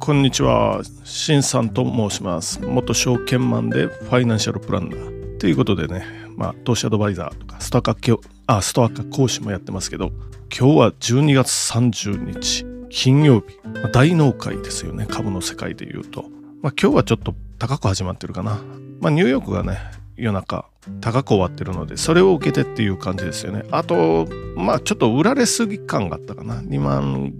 こんにちは、しんさんと申します。元証券マンでファイナンシャルプランナーということでね、投資アドバイザーとかストアカ講師もやってますけど、今日は12月30日金曜日、大納会ですよね、株の世界でいうと。今日はちょっと高く始まってるかな。ニューヨークがね、夜中高く終わってるので、それを受けてっていう感じですよね。あとちょっと売られすぎ感があったかな。2万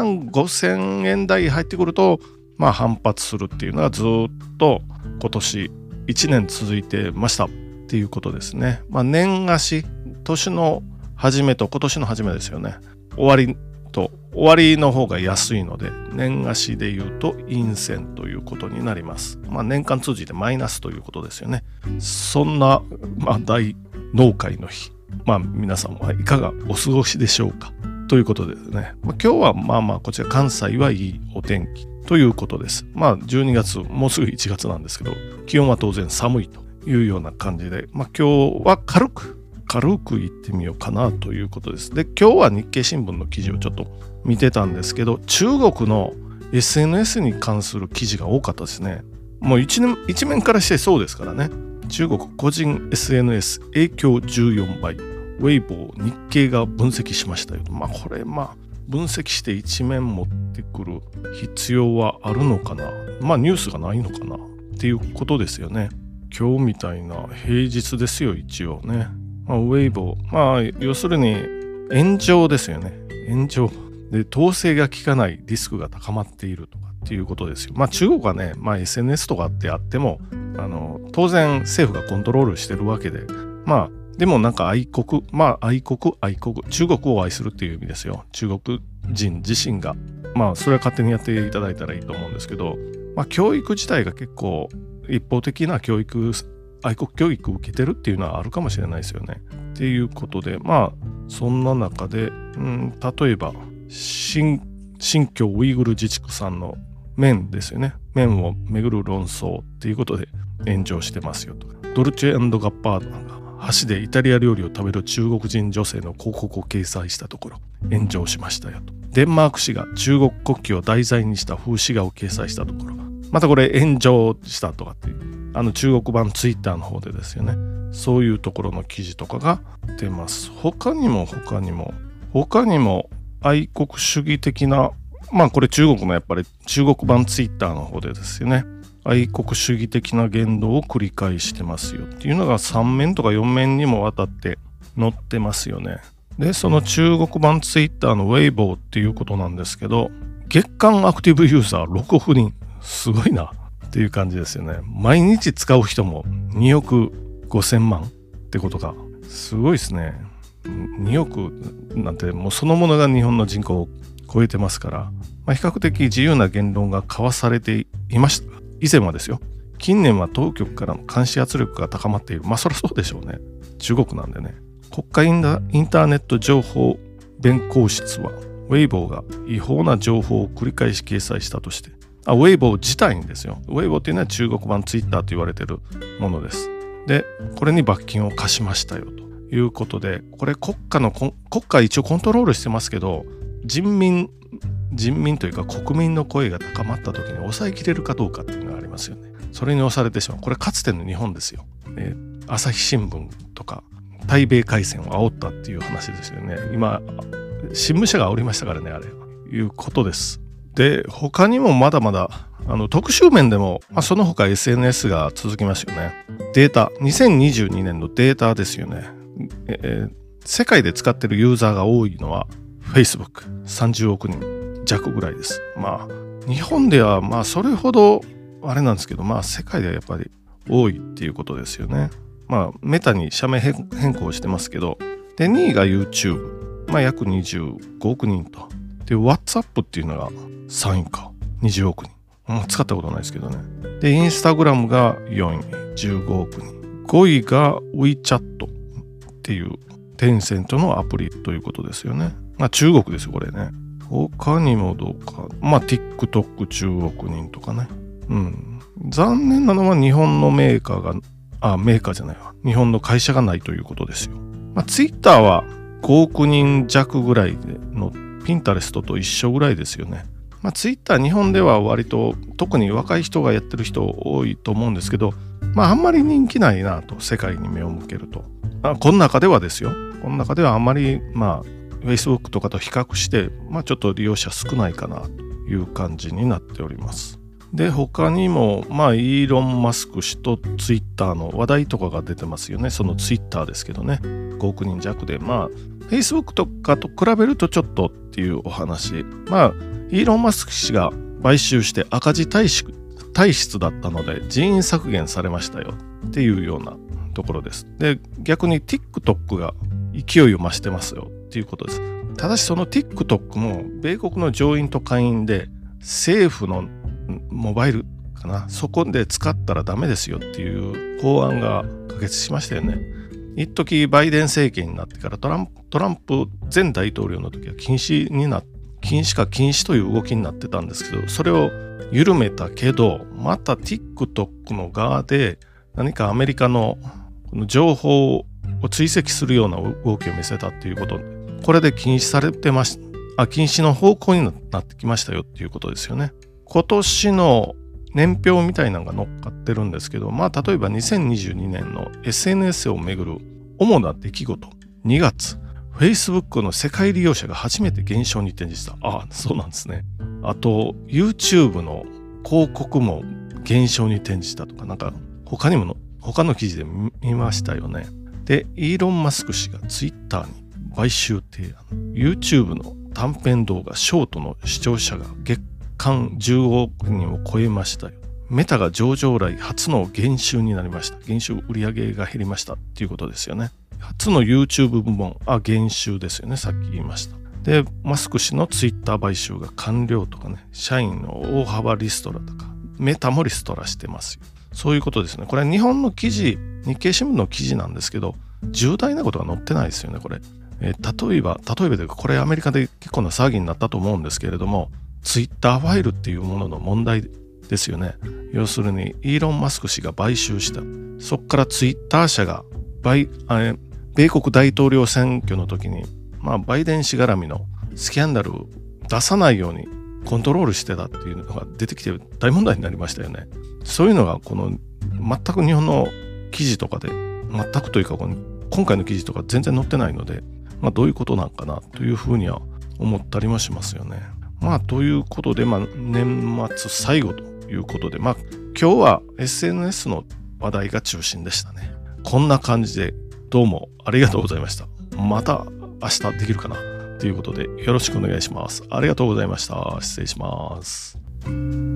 5,000円台入ってくると反発するっていうのがずっと今年1年続いてましたっていうことですね。年貸し、年の初めと今年の初めですよね。終わりの方が安いので、年貸しでいうと陰線ということになります。年間通じてマイナスということですよね。そんな、大納会の日、皆さんはいかがお過ごしでしょうかということでね、今日はこちら関西はいいお天気ということです。12月、もうすぐ1月なんですけど、気温は当然寒いというような感じで、今日は軽く言ってみようかなということです。で、今日は日経新聞の記事をちょっと見てたんですけど、中国の SNS に関する記事が多かったですね。もう一面からしてそうですからね。中国個人 SNS 影響14倍、ウェイボー日経が分析しましたよと。これ分析して一面持ってくる必要はあるのかな。ニュースがないのかなっていうことですよね。今日みたいな平日ですよ、一応ね。ウェイボー、要するに炎上ですよね。炎上で統制が効かないリスクが高まっているとかっていうことですよ。中国はね、SNS とかってあっても当然政府がコントロールしてるわけで、でも愛国、中国を愛するっていう意味ですよ。中国人自身がそれは勝手にやっていただいたらいいと思うんですけど、教育自体が結構一方的な愛国教育を受けてるっていうのはあるかもしれないですよね。っていうことで、そんな中で、例えば新疆ウイグル自治区産の麺ですよね。麺をめぐる論争っていうことで炎上してますよとか。ドルチェ&ガッパーナが箸でイタリア料理を食べる中国人女性の広告を掲載したところ炎上しましたよと。デンマーク紙が中国国旗を題材にした風刺画を掲載したところ、またこれ炎上したとかっていう、中国版ツイッターの方でですよね。そういうところの記事とかが出ます。他にも愛国主義的な、これ中国のやっぱり中国版ツイッターの方でですよね。愛国主義的な言動を繰り返してますよっていうのが3面とか4面にもわたって載ってますよね。で、その中国版ツイッターのウェイボーっていうことなんですけど、月間アクティブユーザー6億人、すごいなっていう感じですよね。毎日使う人も2億5,000万ってことがすごいですね。2億なんてもうそのものが日本の人口を超えてますから、比較的自由な言論が交わされていました。以前はですよ。近年は当局からの監視圧力が高まっている。そりゃそうでしょうね。中国なんでね。国家インターネット情報弁公室はウェイボーが違法な情報を繰り返し掲載したとして、ウェイボー自体にですよ。ウェイボーっていうのは中国版ツイッターと言われているものです。で、これに罰金を課しましたよということで、これ国家一応コントロールしてますけど、人民というか国民の声が高まった時に抑えきれるかどうかっていうのがありますよね。それに押されてしまう。これかつての日本ですよ。朝日新聞とか対米開戦を煽ったっていう話ですよね。今新聞社が煽りましたからね、あれいうことです。で、他にもまだまだ特集面でも、その他 SNS が続きますよね。データ、2022年のデータですよね。世界で使っているユーザーが多いのは Facebook 30億人弱ぐらいです。日本ではそれほどあれなんですけど、世界ではやっぱり多いっていうことですよね。メタに社名変更してますけど、で2位が YouTube、約25億人と。で WhatsApp っていうのが3位か20億人。使ったことないですけどね。で Instagram が4位15億人。5位が WeChat っていうテンセントのアプリということですよね。中国ですよこれね。他にもどうか、TikTok 10億人とかね。残念なのは日本のメーカーじゃないわ。日本の会社がないということですよ。Twitter は5億人弱ぐらいでのピンタレストと一緒ぐらいですよね。 ツイッター日本では割と特に若い人がやってる人多いと思うんですけど、あんまり人気ないなと、世界に目を向けると。この中ではですよ。この中ではあんまりFacebook とかと比較して、ちょっと利用者少ないかなという感じになっております。で、他にも、イーロン・マスク氏とツイッターの話題とかが出てますよね。そのツイッターですけどね。5億人弱で、Facebook とかと比べるとちょっとっていうお話。イーロン・マスク氏が買収して赤字体質だったので人員削減されましたよっていうようなところです。で、逆に TikTok が勢いを増してますよっていうことです。ただしその TikTok も米国の上院と下院で政府のモバイルかな、そこで使ったらダメですよっていう法案が可決しましたよね。一時バイデン政権になってからトランプ前大統領の時は禁止という動きになってたんですけど、それを緩めたけど、また TikTok の側で何かアメリカのこの情報を追跡するような動きを見せたっていうことで、これで禁止の方向になってきましたよっていうことですよね。今年の年表みたいなのが載っかってるんですけど、例えば2022年の SNS をめぐる主な出来事、2月、Facebook の世界利用者が初めて減少に転じた。そうなんですね。あと、YouTube の広告も減少に転じたとか、他の記事で見ましたよね。で、イーロン・マスク氏が Twitter に買収提案。YouTube の短編動画、ショートの視聴者が月間15億人を超えましたよ。メタが上場来初の減買になりました。減収売上が減りましたっていうことですよね。初の YouTube 部門、減収ですよね。さっき言いました。で、マスク氏の Twitter 買収が完了とかね、社員の大幅リストラとか、メタもリストラしてますよ。そういうことですね。これは日本の記事、日経新聞の記事なんですけど、重大なことが載ってないですよね、これ。例えばというか、これアメリカで結構な騒ぎになったと思うんですけれども、Twitter ファイルっていうものの問題ですよね。要するに、イーロン・マスク氏が買収した。そこからツイッター社が米国大統領選挙の時に、バイデン氏絡みのスキャンダルを出さないようにコントロールしてたっていうのが出てきて大問題になりましたよね。そういうのがこの全く日本の記事とかで、全くというか今回の記事とか全然載ってないので、どういうことなんかなというふうには思ったりもしますよね。ということで、年末最後ということで、今日は SNS の話題が中心でしたね。こんな感じでどうもありがとうございました。また明日できるかなということでよろしくお願いします。ありがとうございました。失礼します。